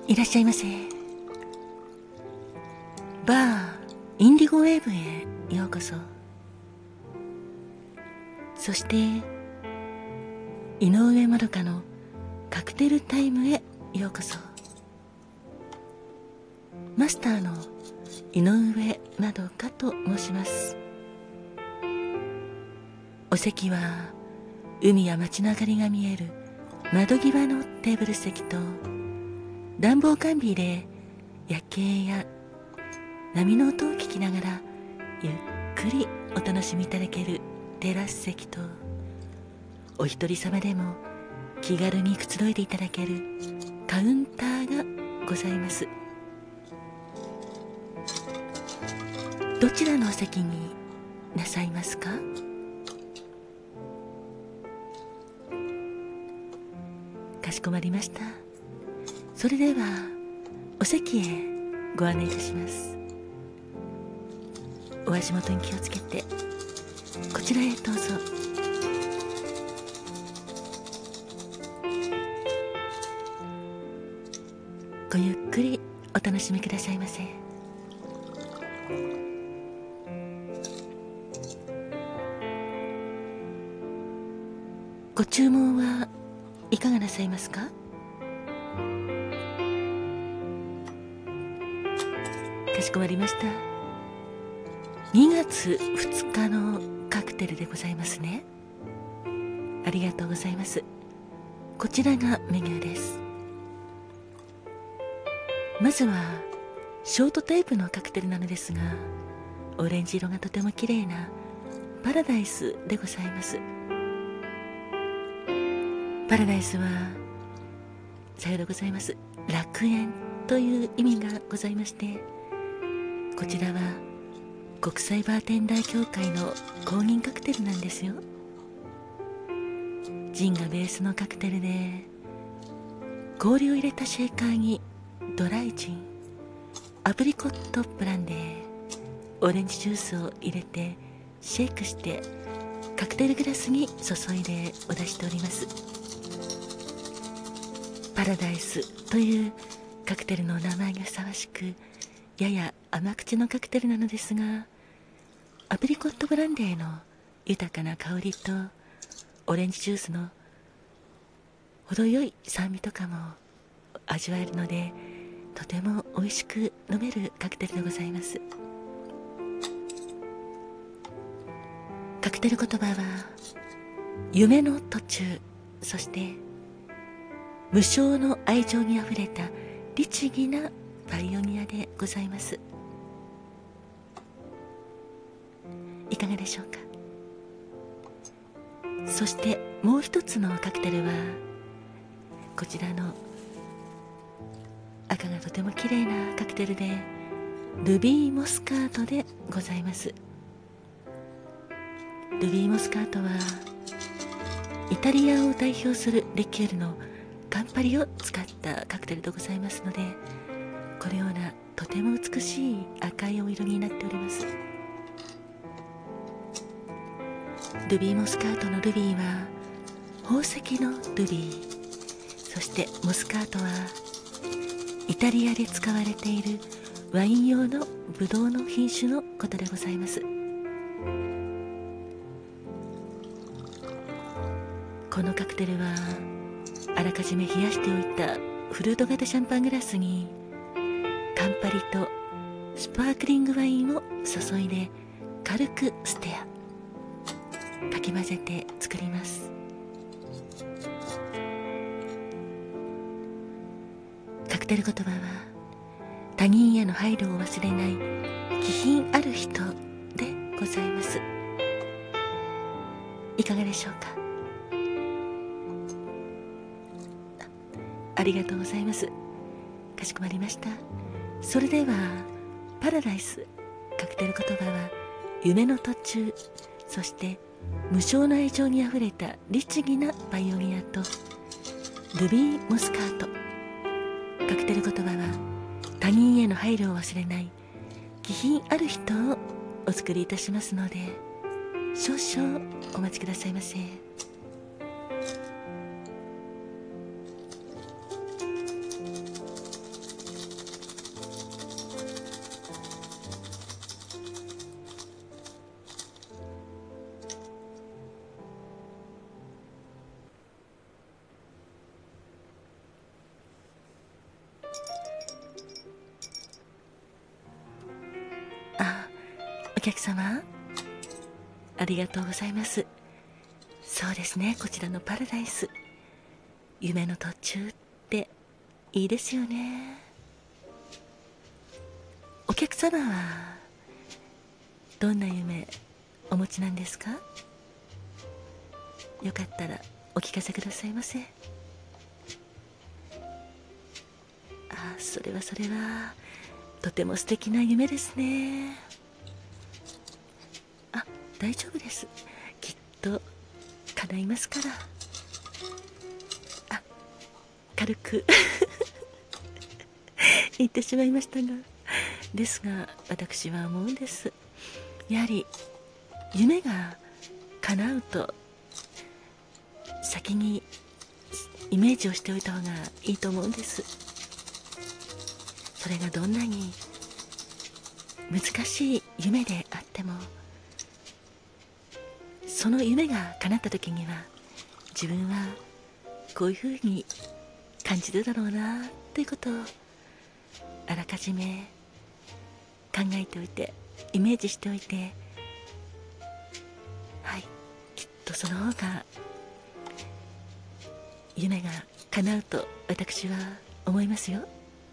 いらっしゃいませ。バーインディゴウェーブへようこそ。そして井上まどかのカクテルタイムへようこそ。マスターの井上まどかと申します。お席は海や街の明かりが見える窓際のテーブル席と、暖房完備で夜景や波の音を聞きながらゆっくりお楽しみいただけるテラス席と、お一人様でも気軽にくつろいでいただけるカウンターがございます。どちらのお席になさいますか？かしこまりました。それではお席へご案内いたします。お足元に気をつけてこちらへどうぞ。ごゆっくりお楽しみくださいませ。ご注文はいかがなさいますか？かしこまりました。2月2日のカクテルでございますね。ありがとうございます。こちらがメニューです。まずはショートタイプのカクテルなのですが、オレンジ色がとても綺麗なパラダイスでございます。パラダイスはさようでございます、楽園という意味がございまして、こちらは国際バーテンダー協会の公認カクテルなんですよ。ジンがベースのカクテルで、氷を入れたシェーカーにドライジン、アプリコットブランデー、オレンジジュースを入れてシェイクしてカクテルグラスに注いでお出しております。パラダイスというカクテルの名前がふさわしく、やや甘口のカクテルなのですが、アプリコットブランデーの豊かな香りとオレンジジュースの程よい酸味とかも味わえるので、とても美味しく飲めるカクテルでございます。カクテル言葉は夢の途中、そして無償の愛情にあふれた律儀なパイオニアでございます。いかがでしょうか。そしてもう一つのカクテルはこちらの赤がとても綺麗なカクテルで、ルビーモスカートでございます。ルビーモスカートはイタリアを代表するリキュールのカンパリを使ったカクテルでございますので、このようなとても美しい赤いお色になっております。ルビーモスカートのルビーは宝石のルビー、そしてモスカートはイタリアで使われているワイン用のブドウの品種のことでございます。このカクテルはあらかじめ冷やしておいたフルート型シャンパングラスにカンパリとスパークリングワインを注いで軽くステア、かき混ぜて作ります。カクテル言葉は他人への配慮を忘れない気品ある人でございます。いかがでしょうか。ありがとうございます。かしこまりました。それではパラダイス、カクテル言葉は夢の途中、そして無償の愛情にあふれた律儀なパイオニアとルビーモスカート、カクテル言葉は他人への配慮を忘れない気品ある人をお作りいたしますので、少々お待ちくださいませ。 お客様、ありがとうございます。そうですね、こちらのパラダイス、夢の途中っていいですよね。お客様はどんな夢お持ちなんですか？よかったらお聞かせくださいませ。それはとても素敵な夢ですね。大丈夫です、きっと叶いますから。軽く言ってしまいましたが、ですが私は思うんです。やはり夢が叶うと先にイメージをしておいた方がいいと思うんです。それがどんなに難しい夢であっても、その夢が叶った時には自分はこういうふうに感じるだろうなということをあらかじめ考えておいて、イメージしておいて、きっとその方が夢が叶うと私は思いますよ。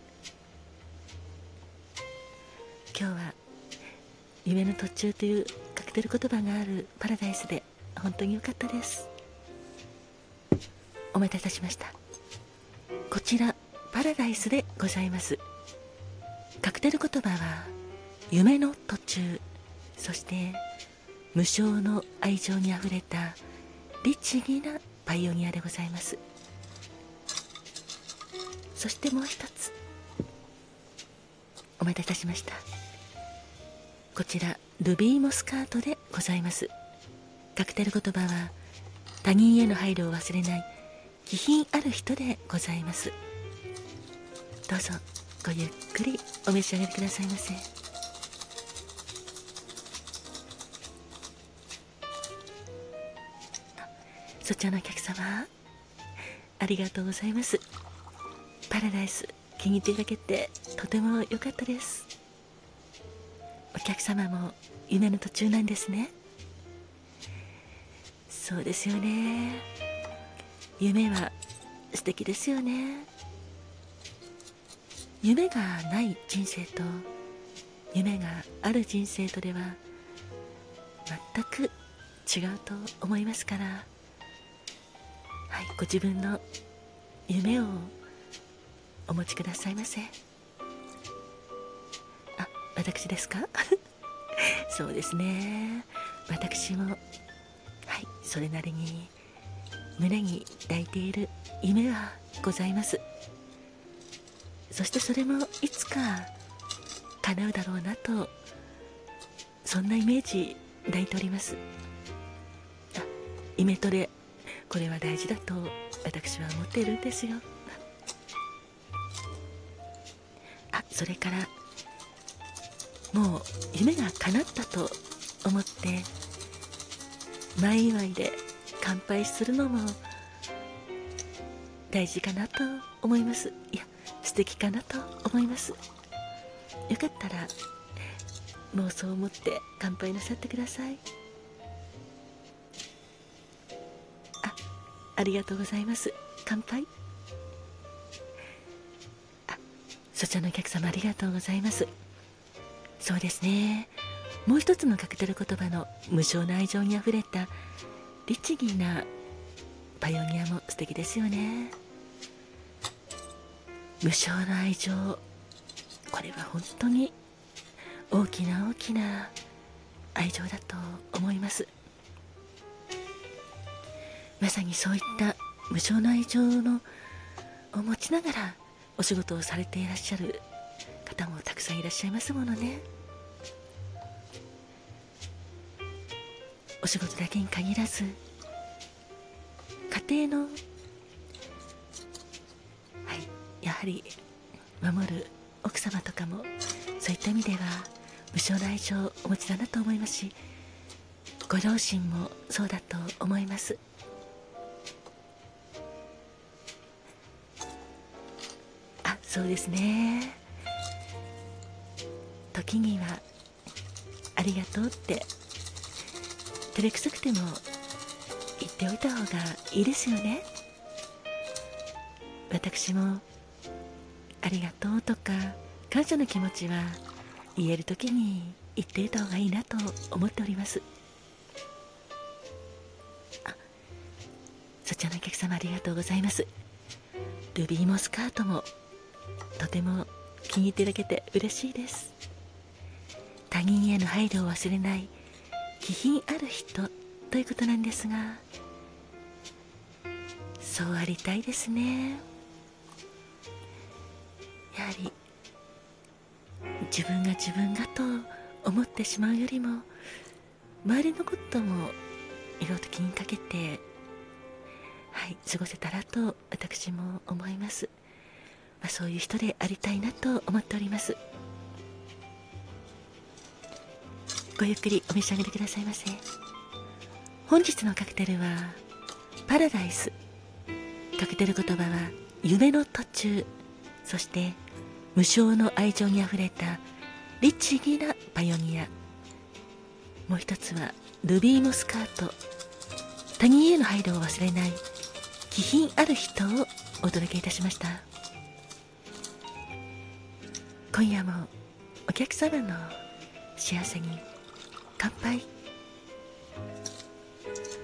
今日は夢の途中というカクテル言葉があるパラダイスで本当に良かったです。お待たせいたしました。こちらパラダイスでございます。カクテル言葉は夢の途中、そして無償の愛情にあふれた律儀なパイオニアでございます。そしてもう一つお待たせいたしました。こちらルビーモスカートでございます。カクテル言葉は他人への配慮を忘れない気品ある人でございます。どうぞごゆっくりお召し上がりくださいませ。そちらのお客様、ありがとうございます。パラダイス気に入っていただけてとても良かったです。お客様も夢の途中なんですね。そうですよね。夢は素敵ですよね。夢がない人生と夢がある人生とでは全く違うと思いますから、ご自分の夢をお持ちくださいませ。私ですか？そうですね、私もそれなりに胸に抱いている夢はございます。そしてそれもいつか叶うだろうなと、そんなイメージ抱いております。イメトレ、これは大事だと私は思っているんですよ。それからもう夢が叶ったと思って前祝いで乾杯するのも大事かなと思います。素敵かなと思います。よかったらもうそう思って乾杯なさってください。ありがとうございます。乾杯。そちらのお客様、ありがとうございます。そうですね、もう一つのカクテル言葉の無償の愛情にあふれた律儀なパイオニアも素敵ですよね。無償の愛情、これは本当に大きな大きな愛情だと思います。まさにそういった無償の愛情を持ちながらお仕事をされていらっしゃる方もたくさんいらっしゃいますものね。お仕事だけに限らず家庭のやはり守る奥様とかもそういった意味では無償の愛情をお持ちだなと思いますし、ご両親もそうだと思います。そうですね、時にはありがとうって照れくさくても言っておいた方がいいですよね。私もありがとうとか感謝の気持ちは言える時に言っていた方がいいなと思っております。そちらのお客様ありがとうございます。ルビーモスカートもとても気に入っていただけて嬉しいです。他人への配慮を忘れない気品ある人ということなんですが、そうありたいですね。やはり自分がと思ってしまうよりも、周りのこともいろいろと気にかけて過ごせたらと私も思います。そういう人でありたいなと思っております。ごゆっくりお召し上がりくださいませ。本日のカクテルはパラダイス。カクテル言葉は夢の途中、そして無償の愛情にあふれた律儀なパイオニア。もう一つはルビーモスカート。他人への配慮を忘れない気品ある人をお届けいたしました。今夜もお客様の幸せに乾杯。